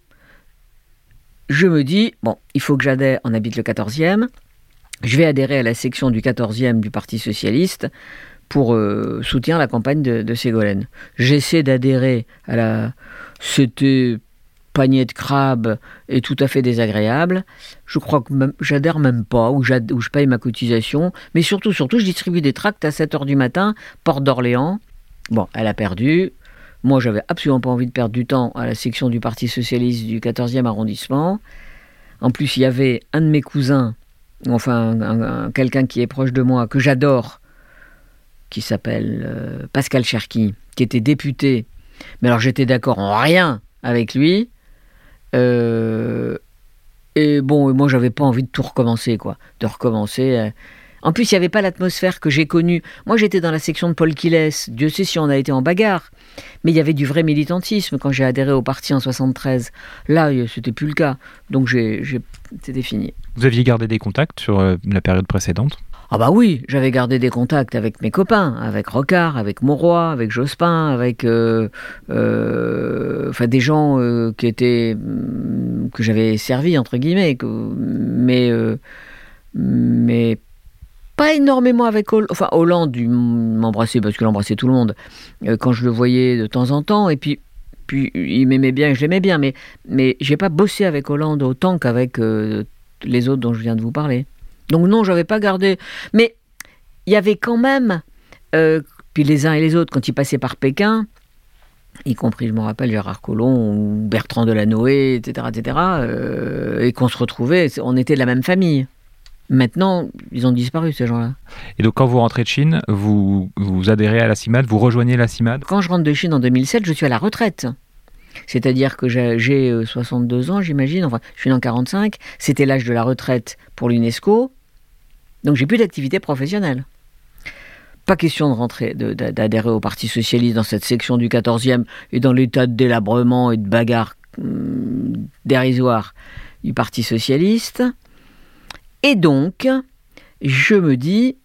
je me dis, bon, il faut que j'adhère, on habite le quatorzième, je vais adhérer à la section du quatorzième du Parti socialiste, pour euh, soutenir la campagne de, de Ségolène. J'essaie d'adhérer à la... C'était panier de crabe et tout à fait désagréable. Je crois que même, j'adhère même pas, ou, ou je paye ma cotisation. Mais surtout, surtout, je distribue des tracts à sept heures du matin, porte d'Orléans. Bon, elle a perdu. Moi, j'avais absolument pas envie de perdre du temps à la section du Parti socialiste du quatorzième arrondissement. En plus, il y avait un de mes cousins, enfin, un, un, quelqu'un qui est proche de moi, que j'adore, qui s'appelle euh, Pascal Cherki, qui était député. Mais alors j'étais d'accord en rien avec lui. Euh, et bon, moi, j'avais pas envie de tout recommencer, quoi. De recommencer. Euh. En plus, il n'y avait pas l'atmosphère que j'ai connue. Moi, j'étais dans la section de Paul Quillès. Dieu sait si on a été en bagarre. Mais il y avait du vrai militantisme quand j'ai adhéré au parti en soixante-treize. Là, c'était plus le cas. Donc, j'ai, j'ai... c'était fini. Vous aviez gardé des contacts sur euh, la période précédente ? Ah bah oui, j'avais gardé des contacts avec mes copains, avec Rocard, avec Mauroy, avec Jospin, avec euh, euh, enfin des gens euh, qui étaient que j'avais servi entre guillemets, que, mais euh, mais pas énormément avec Hollande. Enfin Hollande, il m'embrassait parce qu'il embrassait tout le monde euh, quand je le voyais de temps en temps, et puis puis il m'aimait bien et je l'aimais bien, mais mais j'ai pas bossé avec Hollande autant qu'avec euh, les autres dont je viens de vous parler. Donc non, je n'avais pas gardé. Mais il y avait quand même, euh, puis les uns et les autres, quand ils passaient par Pékin, y compris, je me rappelle, Gérard Collomb ou Bertrand Delanoë, et cetera, et cetera, euh, et qu'on se retrouvait, on était de la même famille. Maintenant, ils ont disparu, ces gens-là. Et donc, quand vous rentrez de Chine, vous, vous adhérez à la CIMAD, vous rejoignez la CIMAD ? Quand je rentre de Chine en deux mille sept, je suis à la retraite. C'est-à-dire que j'ai, j'ai soixante-deux ans, j'imagine, enfin, je suis né en quarante-cinq, c'était l'âge de la retraite pour l'UNESCO, donc j'ai plus d'activité professionnelle. Pas question de rentrer, de, d'adhérer au Parti Socialiste dans cette section du quatorzième et dans l'état de délabrement et de bagarre hum, dérisoire du Parti Socialiste. Et donc, je me dis,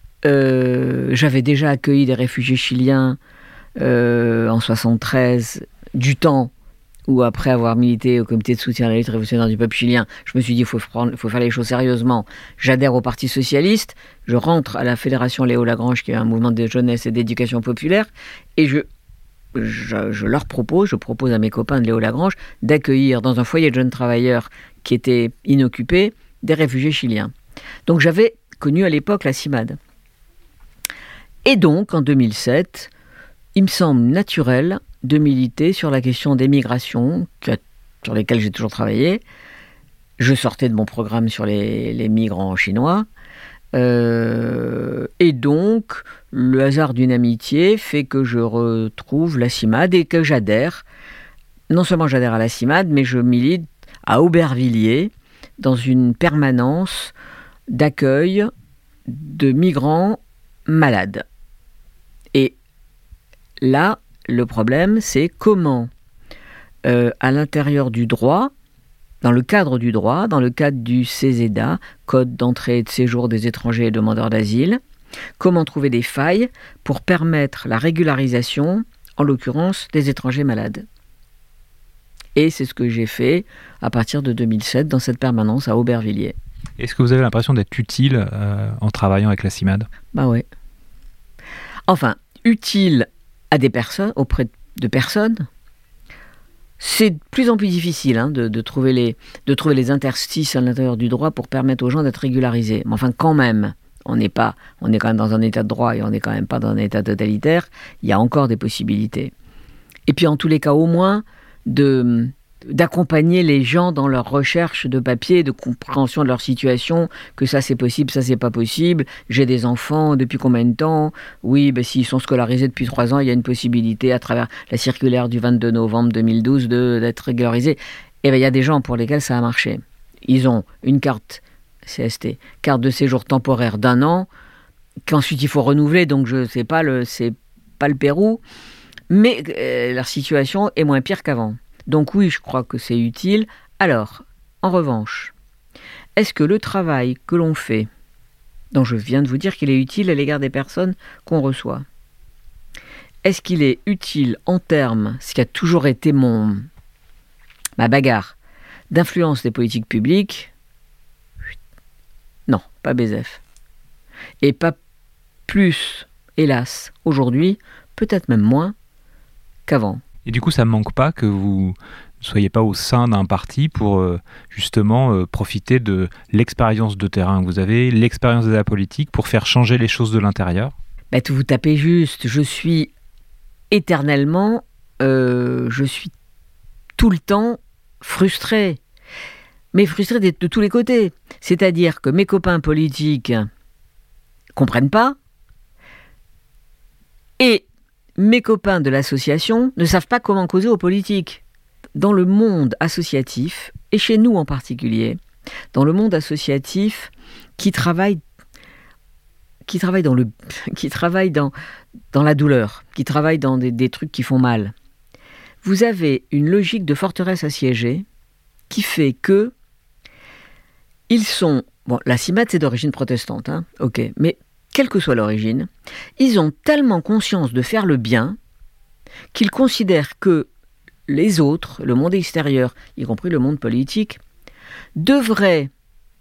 euh, j'avais déjà accueilli des réfugiés chiliens euh, en soixante-treize, du temps où, après avoir milité au comité de soutien à la lutte révolutionnaire du peuple chilien, je me suis dit, il faut, faut faire les choses sérieusement. J'adhère au Parti Socialiste, je rentre à la Fédération Léo Lagrange, qui est un mouvement de jeunesse et d'éducation populaire, et je, je, je leur propose, je propose à mes copains de Léo Lagrange d'accueillir dans un foyer de jeunes travailleurs qui était inoccupé des réfugiés chiliens. Donc j'avais connu à l'époque la CIMAD. Et donc, en deux mille sept, il me semble naturel de militer sur la question des migrations, sur lesquelles j'ai toujours travaillé. Je sortais de mon programme sur les, les migrants chinois. Euh, et donc, le hasard d'une amitié fait que je retrouve la CIMAD et que j'adhère. Non seulement j'adhère à la CIMAD, mais je milite à Aubervilliers dans une permanence d'accueil de migrants malades. Et là, le problème, c'est comment, euh, à l'intérieur du droit, dans le cadre du droit, dans le cadre du CESEDA, Code d'entrée et de séjour des étrangers et demandeurs d'asile, comment trouver des failles pour permettre la régularisation, en l'occurrence, des étrangers malades. Et c'est ce que j'ai fait à partir de deux mille sept dans cette permanence à Aubervilliers. Est-ce que vous avez l'impression d'être utile euh, en travaillant avec la CIMAD ? Bah ouais. Enfin, utile à des personnes, auprès de personnes, c'est de plus en plus difficile hein, de, de, trouver les, de trouver les interstices à l'intérieur du droit pour permettre aux gens d'être régularisés. Mais enfin, quand même, on n'est pas, on est quand même dans un état de droit et on n'est quand même pas dans un état totalitaire. Il y a encore des possibilités. Et puis, en tous les cas, au moins, de... d'accompagner les gens dans leur recherche de papier, de compréhension de leur situation, que ça c'est possible, ça c'est pas possible, j'ai des enfants, depuis combien de temps ? Oui, ben, s'ils sont scolarisés depuis trois ans, il y a une possibilité à travers la circulaire du vingt-deux novembre deux mille douze de, d'être régularisés. Et ben, il y a des gens pour lesquels ça a marché. Ils ont une carte C S T, carte de séjour temporaire d'un an, qu'ensuite il faut renouveler, donc je sais pas, le, c'est pas le Pérou, mais euh, leur situation est moins pire qu'avant. Donc oui, je crois que c'est utile. Alors, en revanche, est-ce que le travail que l'on fait, dont je viens de vous dire qu'il est utile à l'égard des personnes qu'on reçoit, est-ce qu'il est utile en termes, ce qui a toujours été mon, ma bagarre, d'influence des politiques publiques ? Non, pas B Z F. Et pas plus, hélas, aujourd'hui, peut-être même moins qu'avant. Et du coup, ça ne manque pas que vous ne soyez pas au sein d'un parti pour euh, justement euh, profiter de l'expérience de terrain que vous avez, l'expérience de la politique pour faire changer les choses de l'intérieur ? Bah, vous tapez juste. Je suis éternellement, euh, je suis tout le temps frustré. Mais frustré de, de tous les côtés. C'est-à-dire que mes copains politiques comprennent pas et mes copains de l'association ne savent pas comment causer aux politiques. dans le monde associatif, et chez nous en particulier, dans le monde associatif qui travaille, qui travaille, dans, le, qui travaille dans, dans la douleur, qui travaille dans des, des trucs qui font mal, vous avez une logique de forteresse assiégée qui fait que ils sont... Bon, la CIMAD, c'est d'origine protestante, hein, ok, mais quelle que soit l'origine, ils ont tellement conscience de faire le bien qu'ils considèrent que les autres, le monde extérieur, y compris le monde politique, devraient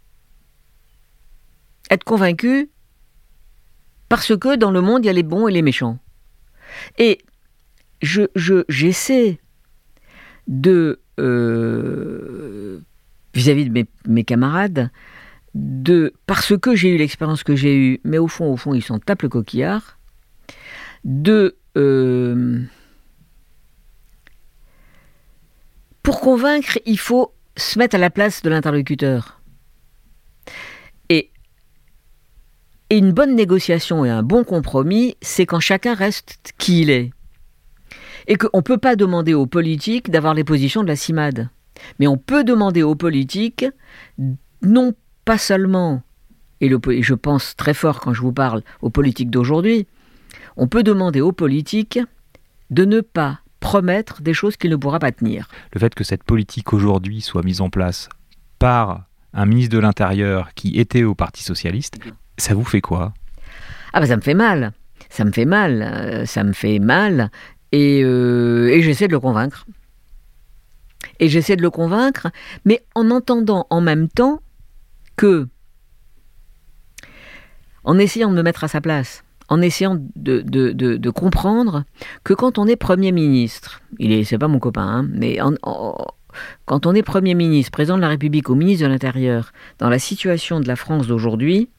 être convaincus parce que dans le monde, il y a les bons et les méchants. Et je, je, j'essaie de, euh, vis-à-vis de mes, mes camarades, de, parce que j'ai eu l'expérience que j'ai eue, mais au fond, au fond, ils s'en tapent le coquillard, de... Euh, pour convaincre, il faut se mettre à la place de l'interlocuteur. Et, et une bonne négociation et un bon compromis, c'est quand chacun reste qui il est. Et qu'on ne peut pas demander aux politiques d'avoir les positions de la CIMAD. Mais on peut demander aux politiques, non pas seulement, et, le, et je pense très fort quand je vous parle aux politiques d'aujourd'hui, on peut demander aux politiques de ne pas promettre des choses qu'il ne pourra pas tenir. Le fait que cette politique aujourd'hui soit mise en place par un ministre de l'Intérieur qui était au Parti Socialiste, ça vous fait quoi ? Ah ben ça me fait mal, ça me fait mal, euh, ça me fait mal, et, euh, et j'essaie de le convaincre. Et j'essaie de le convaincre, mais en entendant en même temps que, en essayant de me mettre à sa place, en essayant de, de, de, de comprendre que quand on est Premier ministre, il est, c'est pas mon copain, hein, mais en, en, quand on est Premier ministre, président de la République ou ministre de l'Intérieur, dans la situation de la France d'aujourd'hui,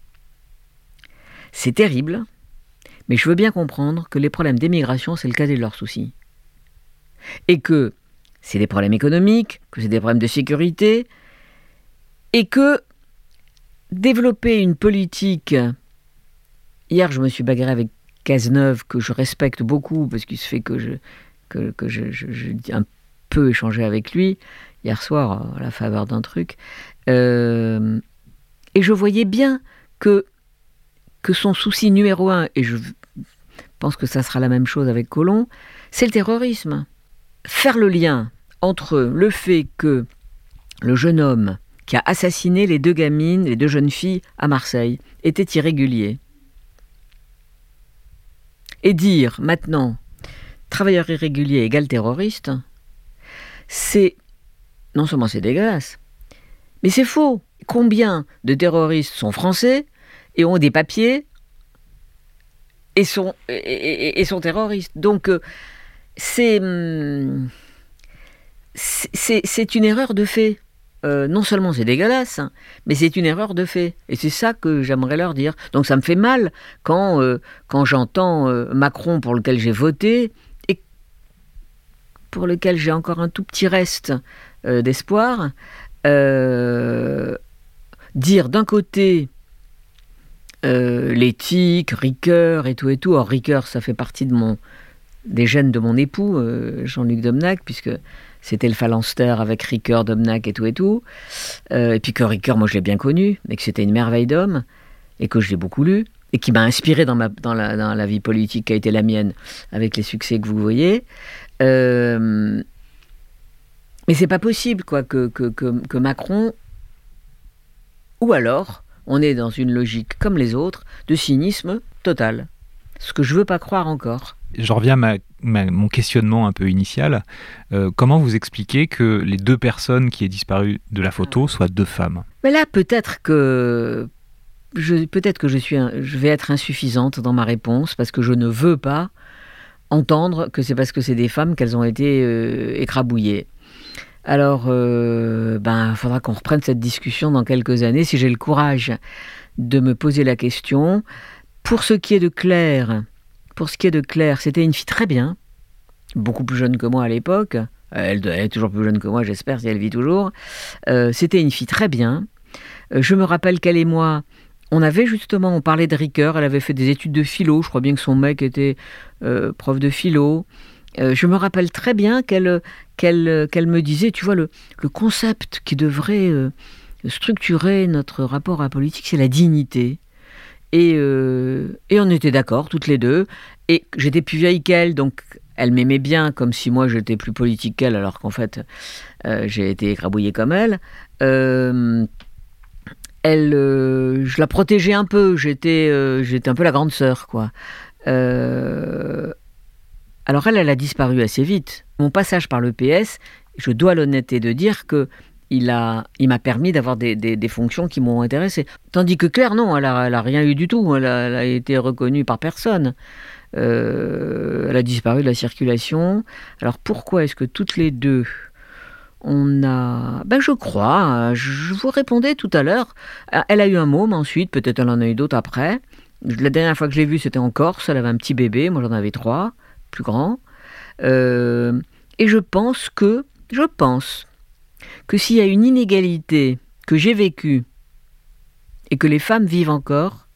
c'est terrible, mais je veux bien comprendre que les problèmes d'émigration, c'est le cadet de leurs soucis. Et que c'est des problèmes économiques, que c'est des problèmes de sécurité, et que développer une politique... Hier, je me suis bagarré avec Cazeneuve, que je respecte beaucoup, parce qu'il se fait que je, que, que je, je, je un peu échangé avec lui, hier soir, à la faveur d'un truc. Euh, et je voyais bien que, que son souci numéro un, et je pense que ça sera la même chose avec Collomb, c'est le terrorisme. Faire le lien entre le fait que le jeune homme qui a assassiné les deux gamines, les deux jeunes filles à Marseille, était irrégulier. Et dire maintenant, travailleur irrégulier égale terroriste, c'est, non seulement c'est dégueulasse, mais c'est faux. Combien de terroristes sont français et ont des papiers et sont, et, et, et sont terroristes? Donc, c'est, c'est, c'est une erreur de fait. Euh, non seulement c'est dégueulasse, hein, mais c'est une erreur de fait. Et c'est ça que j'aimerais leur dire. Donc ça me fait mal quand, euh, quand j'entends euh, Macron, pour lequel j'ai voté, et pour lequel j'ai encore un tout petit reste euh, d'espoir, euh, dire d'un côté euh, l'éthique, Ricoeur et tout et tout. Or Ricoeur, ça fait partie de mon, des gènes de mon époux, euh, Jean-Luc Domnac, puisque... c'était le phalanstère avec Ricoeur, Domnac et tout et tout. Euh, et puis que Ricoeur, moi je l'ai bien connu, mais que c'était une merveille d'homme, et que je l'ai beaucoup lu, et qui m'a inspiré dans, ma, dans, la, dans la vie politique qui a été la mienne, avec les succès que vous voyez. Euh, mais c'est pas possible, quoi, que, que, que, que Macron... Ou alors, on est dans une logique, comme les autres, de cynisme total. Ce que je veux pas croire encore. Je reviens à ma, ma, mon questionnement un peu initial. Euh, comment vous expliquez que les deux personnes qui aient disparu de la photo soient deux femmes ? Mais là, peut-être que je, peut-être que je, suis un, je vais être insuffisante dans ma réponse, parce que je ne veux pas entendre que c'est parce que c'est des femmes qu'elles ont été euh, écrabouillées. Alors, euh, ben, il faudra qu'on reprenne cette discussion dans quelques années, si j'ai le courage de me poser la question. Pour ce qui est de Claire... Pour ce qui est de Claire, c'était une fille très bien, beaucoup plus jeune que moi à l'époque. Elle, elle est toujours plus jeune que moi, j'espère, si elle vit toujours. Euh, c'était une fille très bien. Euh, je me rappelle qu'elle et moi, on avait justement, on parlait de Ricoeur, elle avait fait des études de philo, je crois bien que son mec était euh, prof de philo. Euh, je me rappelle très bien qu'elle, qu'elle, qu'elle me disait, tu vois, le, le concept qui devrait euh, structurer notre rapport à la politique, c'est la dignité. Et, euh, et on était d'accord, toutes les deux. Et j'étais plus vieille qu'elle, donc elle m'aimait bien, comme si moi j'étais plus politique qu'elle, alors qu'en fait, euh, j'ai été écrabouillée comme elle. Euh, elle euh, je la protégeais un peu, j'étais, euh, j'étais un peu la grande sœur, quoi. Euh, alors elle, elle a disparu assez vite. Mon passage par le P S, je dois l'honnêteté de dire que Il, a, il m'a permis d'avoir des, des, des fonctions qui m'ont intéressé. Tandis que Claire, non, elle n'a elle a rien eu du tout. Elle a, elle a été reconnue par personne. Euh, elle a disparu de la circulation. Alors pourquoi est-ce que toutes les deux, on a... Ben je crois, je vous répondais tout à l'heure. Elle a eu un môme ensuite, peut-être elle en a eu d'autres après. La dernière fois que je l'ai vue, c'était en Corse. Elle avait un petit bébé, moi j'en avais trois, plus grands. Euh, et je pense que, je pense... que s'il y a une inégalité que j'ai vécue et que les femmes vivent encore,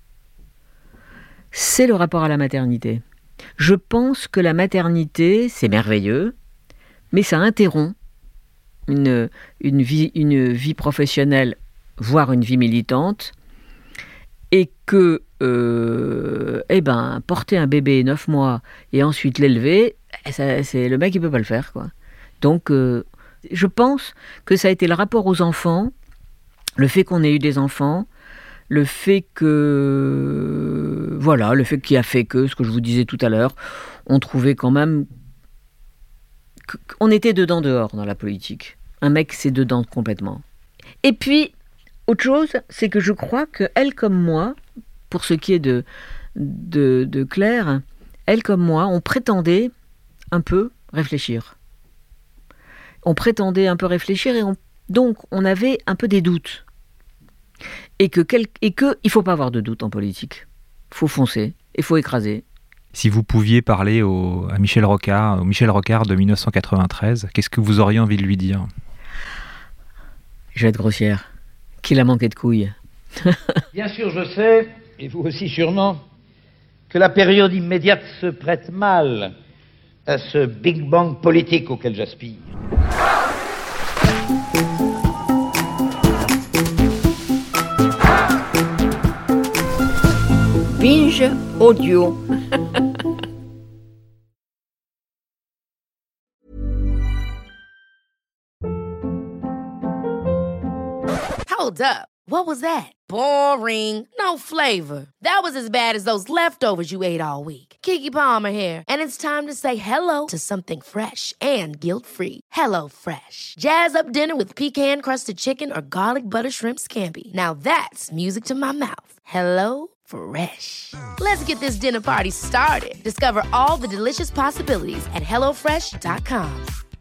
c'est le rapport à la maternité. Je pense que la maternité, c'est merveilleux, mais ça interrompt une, une, vie, une vie professionnelle, voire une vie militante, et que euh, eh ben, porter un bébé neuf mois et ensuite l'élever, ça, c'est, le mec il ne peut pas le faire, quoi. Donc... Euh, Je pense que ça a été le rapport aux enfants, le fait qu'on ait eu des enfants, le fait que... Voilà, le fait qui a fait que, ce que je vous disais tout à l'heure, on trouvait quand même... qu'on était dedans dehors dans la politique. Un mec, c'est dedans complètement. Et puis, autre chose, c'est que je crois qu'elle comme moi, pour ce qui est de, de, de Claire, elle comme moi, on prétendait un peu réfléchir. On prétendait un peu réfléchir et on, donc on avait un peu des doutes. Et que, quel, et que il ne faut pas avoir de doute en politique. Il faut foncer, il faut écraser. Si vous pouviez parler au, à Michel Rocard, au Michel Rocard de dix-neuf cent quatre-vingt-treize, qu'est-ce que vous auriez envie de lui dire ? Je vais être grossière. Qu'il a manqué de couilles. Bien sûr, je sais, et vous aussi sûrement, que la période immédiate se prête mal à ce Big Bang politique auquel j'aspire. Binge audio. Hold up. What was that? Boring. No flavor. That was as bad as those leftovers you ate all week. Keke Palmer here, and it's time to say hello to something fresh and guilt-free. Hello Fresh. Jazz up dinner with pecan-crusted chicken or garlic butter shrimp scampi. Now that's music to my mouth. Hello Fresh. Let's get this dinner party started. Discover all the delicious possibilities at hello fresh dot com.